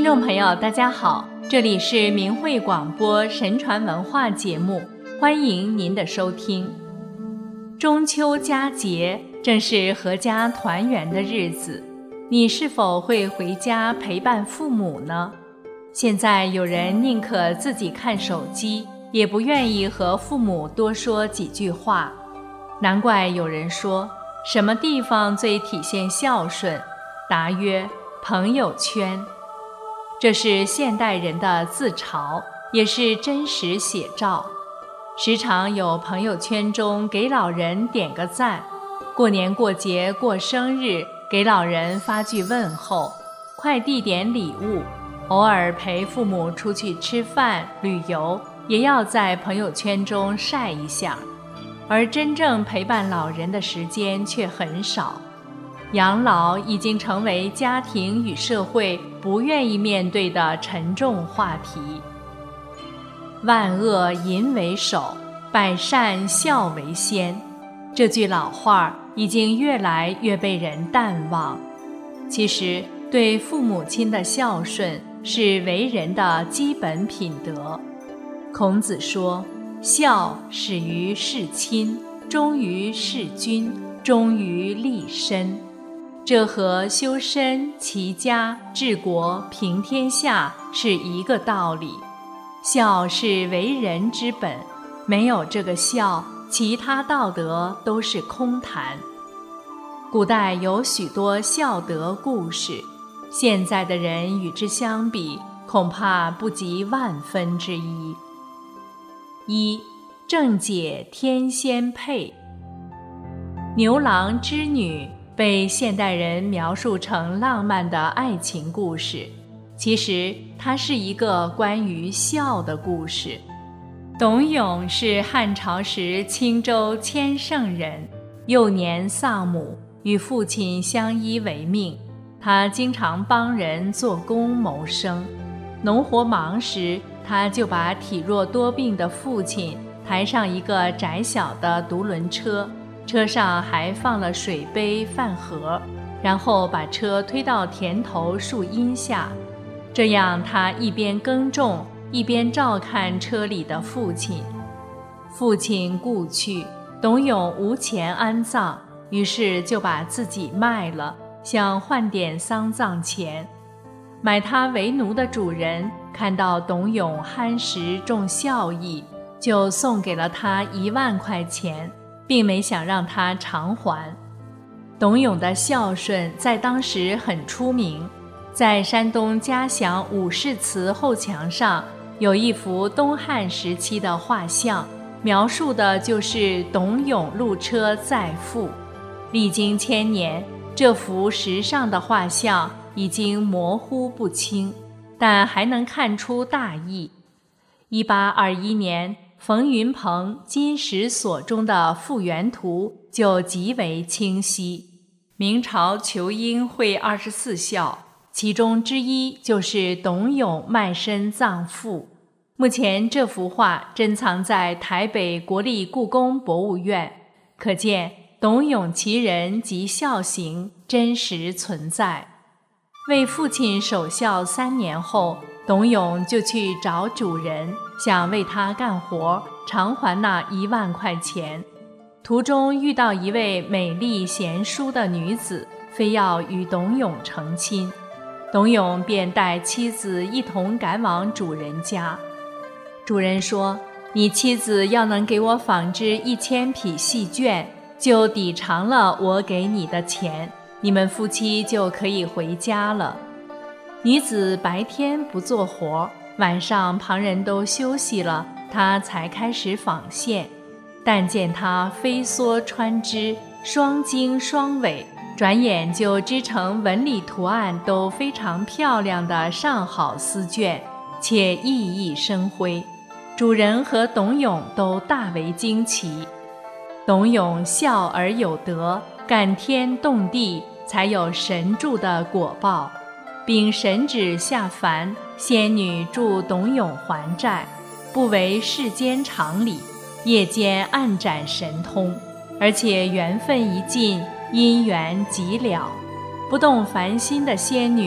听众朋友大家好，这里是明慧广播神传文化节目，欢迎您的收听。中秋佳节正是阖家团圆的日子，你是否会回家陪伴父母呢？现在有人宁可自己看手机，也不愿意和父母多说几句话。难怪有人说，什么地方最体现孝顺？答曰：朋友圈。这是现代人的自嘲，也是真实写照。时常有朋友圈中给老人点个赞，过年过节过生日给老人发句问候，快递点礼物，偶尔陪父母出去吃饭旅游，也要在朋友圈中晒一下。而真正陪伴老人的时间却很少。养老已经成为家庭与社会不愿意面对的沉重话题。万恶淫为首，百善孝为先，这句老话已经越来越被人淡忘。其实，对父母亲的孝顺是为人的基本品德。孔子说，孝始于事亲，忠于事君，忠于立身。这和修身、齐家、治国、平天下是一个道理。孝是为人之本，没有这个孝，其他道德都是空谈。古代有许多孝德故事，现在的人与之相比，恐怕不及万分之一。一、正解天仙配。牛郎织女被现代人描述成浪漫的爱情故事，其实它是一个关于孝的故事。董永是汉朝时青州千圣人，幼年丧母，与父亲相依为命。他经常帮人做工谋生，农活忙时，他就把体弱多病的父亲抬上一个窄小的独轮车，车上还放了水杯饭盒，然后把车推到田头树荫下，这样他一边耕种，一边照看车里的父亲。父亲故去，董永无钱安葬，于是就把自己卖了，想换点丧葬钱。买他为奴的主人看到董永憨实重孝义，就送给了他1万块钱，并没想让他偿还。董永的孝顺在当时很出名，在山东嘉祥武士祠后墙上有一幅东汉时期的画像，描述的就是董永入车载父。历经千年，这幅石上的画像已经模糊不清，但还能看出大意。1821年，冯云鹏金石所中的复原图就极为清晰。明朝裘英会24孝，其中之一就是董永卖身葬父。目前这幅画珍藏在台北国立故宫博物院，可见董永其人及孝行真实存在。为父亲守孝3年后，董永就去找主人，想为他干活，偿还那1万块钱。途中遇到一位美丽贤淑的女子，非要与董永成亲，董永便带妻子一同赶往主人家。主人说，你妻子要能给我纺织1000匹细绢，就抵偿了我给你的钱，你们夫妻就可以回家了。女子白天不做活，晚上旁人都休息了，她才开始纺线。但见她飞梭穿织，双经双纬，转眼就织成纹理图案都非常漂亮的上好丝绢，且熠熠生辉。主人和董永都大为惊奇。董永孝而有德，感天动地，才有神助的果报。秉神旨下凡，仙女助董永还债，不为世间常理，夜间暗展神通，而且缘分一尽，因缘即了。不动凡心的仙女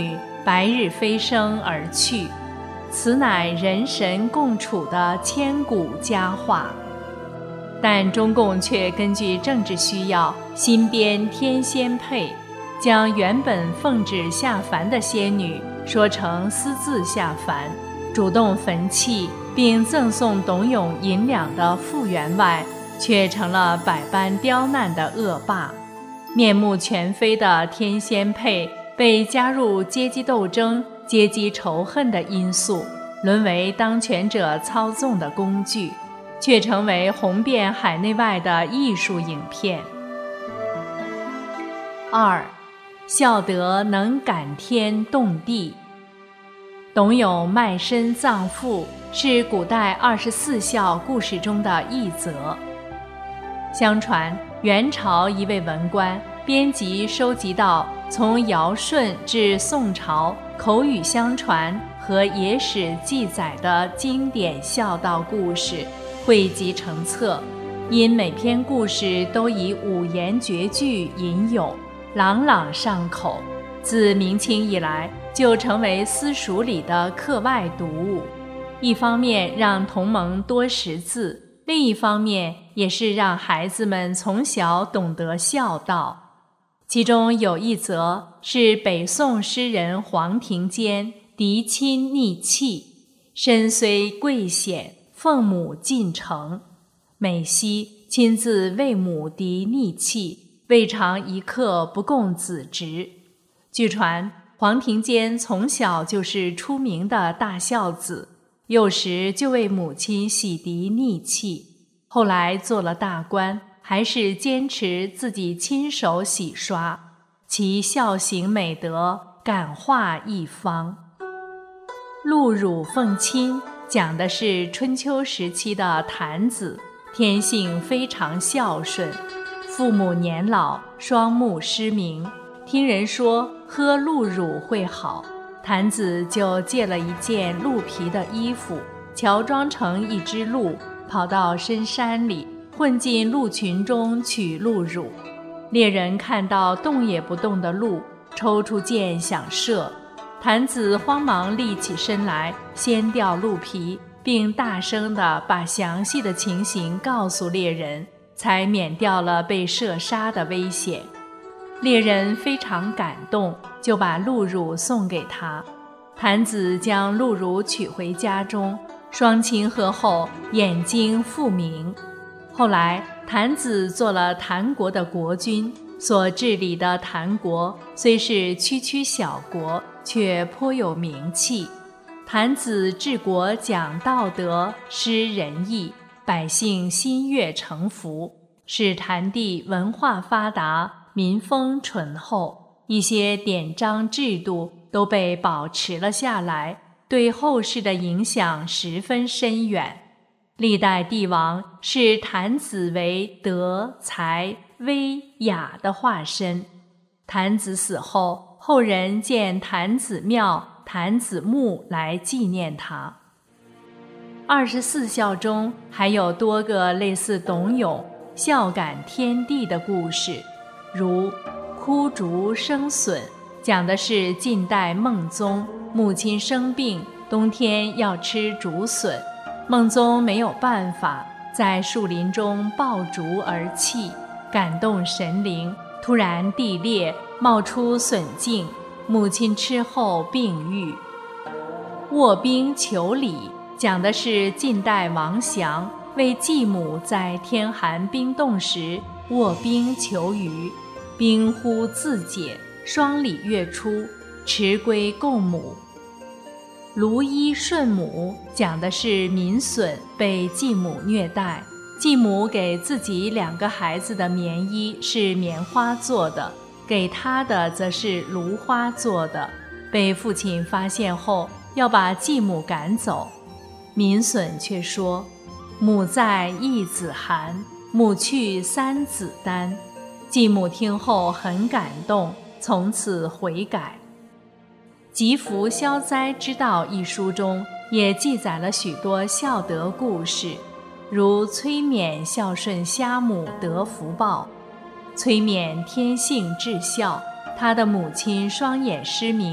白日飞升而去，此乃人神共处的千古佳话。但中共却根据政治需要，新编天仙配，将原本奉旨下凡的仙女说成私自下凡，主动焚弃并赠送董永银两的傅员外，却成了百般刁难的恶霸。面目全非的天仙配被加入阶级斗争、阶级仇恨的因素，沦为当权者操纵的工具，却成为红遍海内外的艺术影片。2. 孝德能感天动地。董永卖身葬父是古代24孝故事中的一则。相传元朝一位文官编辑收集到从尧舜至宋朝口语相传和野史记载的经典孝道故事，汇集成册，因每篇故事都以五言绝句吟咏，朗朗上口，自明清以来就成为私塾里的课外读物。一方面让同盟多识字，另一方面也是让孩子们从小懂得孝道。其中有一则是北宋诗人黄庭坚嫡亲逆弃，身虽贵显，奉母进城，每夕亲自为母嫡逆弃，未尝一刻不供子侄。据传黄庭坚从小就是出名的大孝子，幼时就为母亲洗涤逆弃，后来做了大官，还是坚持自己亲手洗刷，其孝行美德感化一方。陆乳奉亲讲的是春秋时期的谭子，天性非常孝顺，父母年老，双目失明，听人说喝鹿乳会好，谭子就借了一件鹿皮的衣服，乔装成一只鹿，跑到深山里，混进鹿群中取鹿乳。猎人看到动也不动的鹿，抽出箭想射，谭子慌忙立起身来，掀掉鹿皮，并大声地把详细的情形告诉猎人，才免掉了被射杀的危险。猎人非常感动，就把鹿乳送给他。谭子将鹿乳取回家中，双亲喝后，眼睛复明。后来谭子做了谭国的国君，所治理的谭国虽是区区小国，却颇有名气。谭子治国讲道德，施仁义，百姓心悦诚服，使谭地文化发达，民风淳厚，一些典章制度都被保持了下来，对后世的影响十分深远。历代帝王视谭子为德、才、威、雅的化身。谭子死后，后人建谭子庙、谭子墓来纪念他。24孝中还有多个类似董永孝感天地的故事，如枯竹生笋，讲的是晋代孟宗，母亲生病，冬天要吃竹笋，孟宗没有办法，在树林中抱竹而泣，感动神灵，突然地裂，冒出笋茎，母亲吃后病愈。卧冰求鲤讲的是晋代王祥为继母在天寒冰冻时卧冰求鱼，冰忽自解，双鲤跃出，持归供母。卢衣顺母讲的是民笋被继母虐待，继母给自己2个孩子的棉衣是棉花做的，给他的则是芦花做的，被父亲发现后要把继母赶走，民笋却说：母在1子寒，母去3子丹。继母听后很感动，从此悔改。《祈福消灾之道》一书中也记载了许多孝德故事，如崔勉孝顺虾母得福报。崔勉天性至孝，他的母亲双眼失明，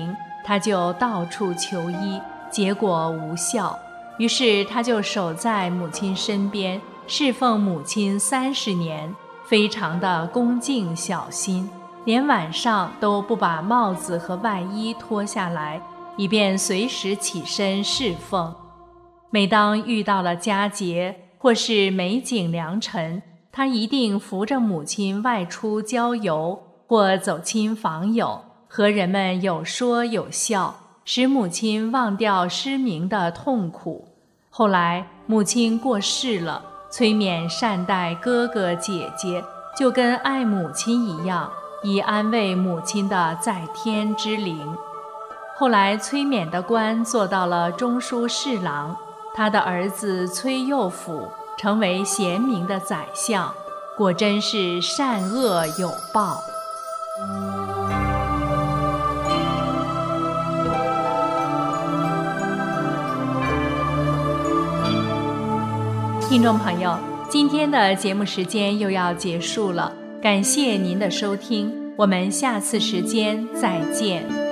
他就到处求医，结果无效。于是他就守在母亲身边，侍奉母亲30年，非常的恭敬小心，连晚上都不把帽子和外衣脱下来，以便随时起身侍奉。每当遇到了佳节或是美景良辰，他一定扶着母亲外出郊游，或走亲访友，和人们有说有笑，使母亲忘掉失明的痛苦。后来母亲过世了，崔勉善待哥哥姐姐，就跟爱母亲一样，以安慰母亲的在天之灵。后来崔勉的官做到了中书侍郎，他的儿子崔佑甫成为贤明的宰相，果真是善恶有报。听众朋友，今天的节目时间又要结束了，感谢您的收听，我们下次时间再见。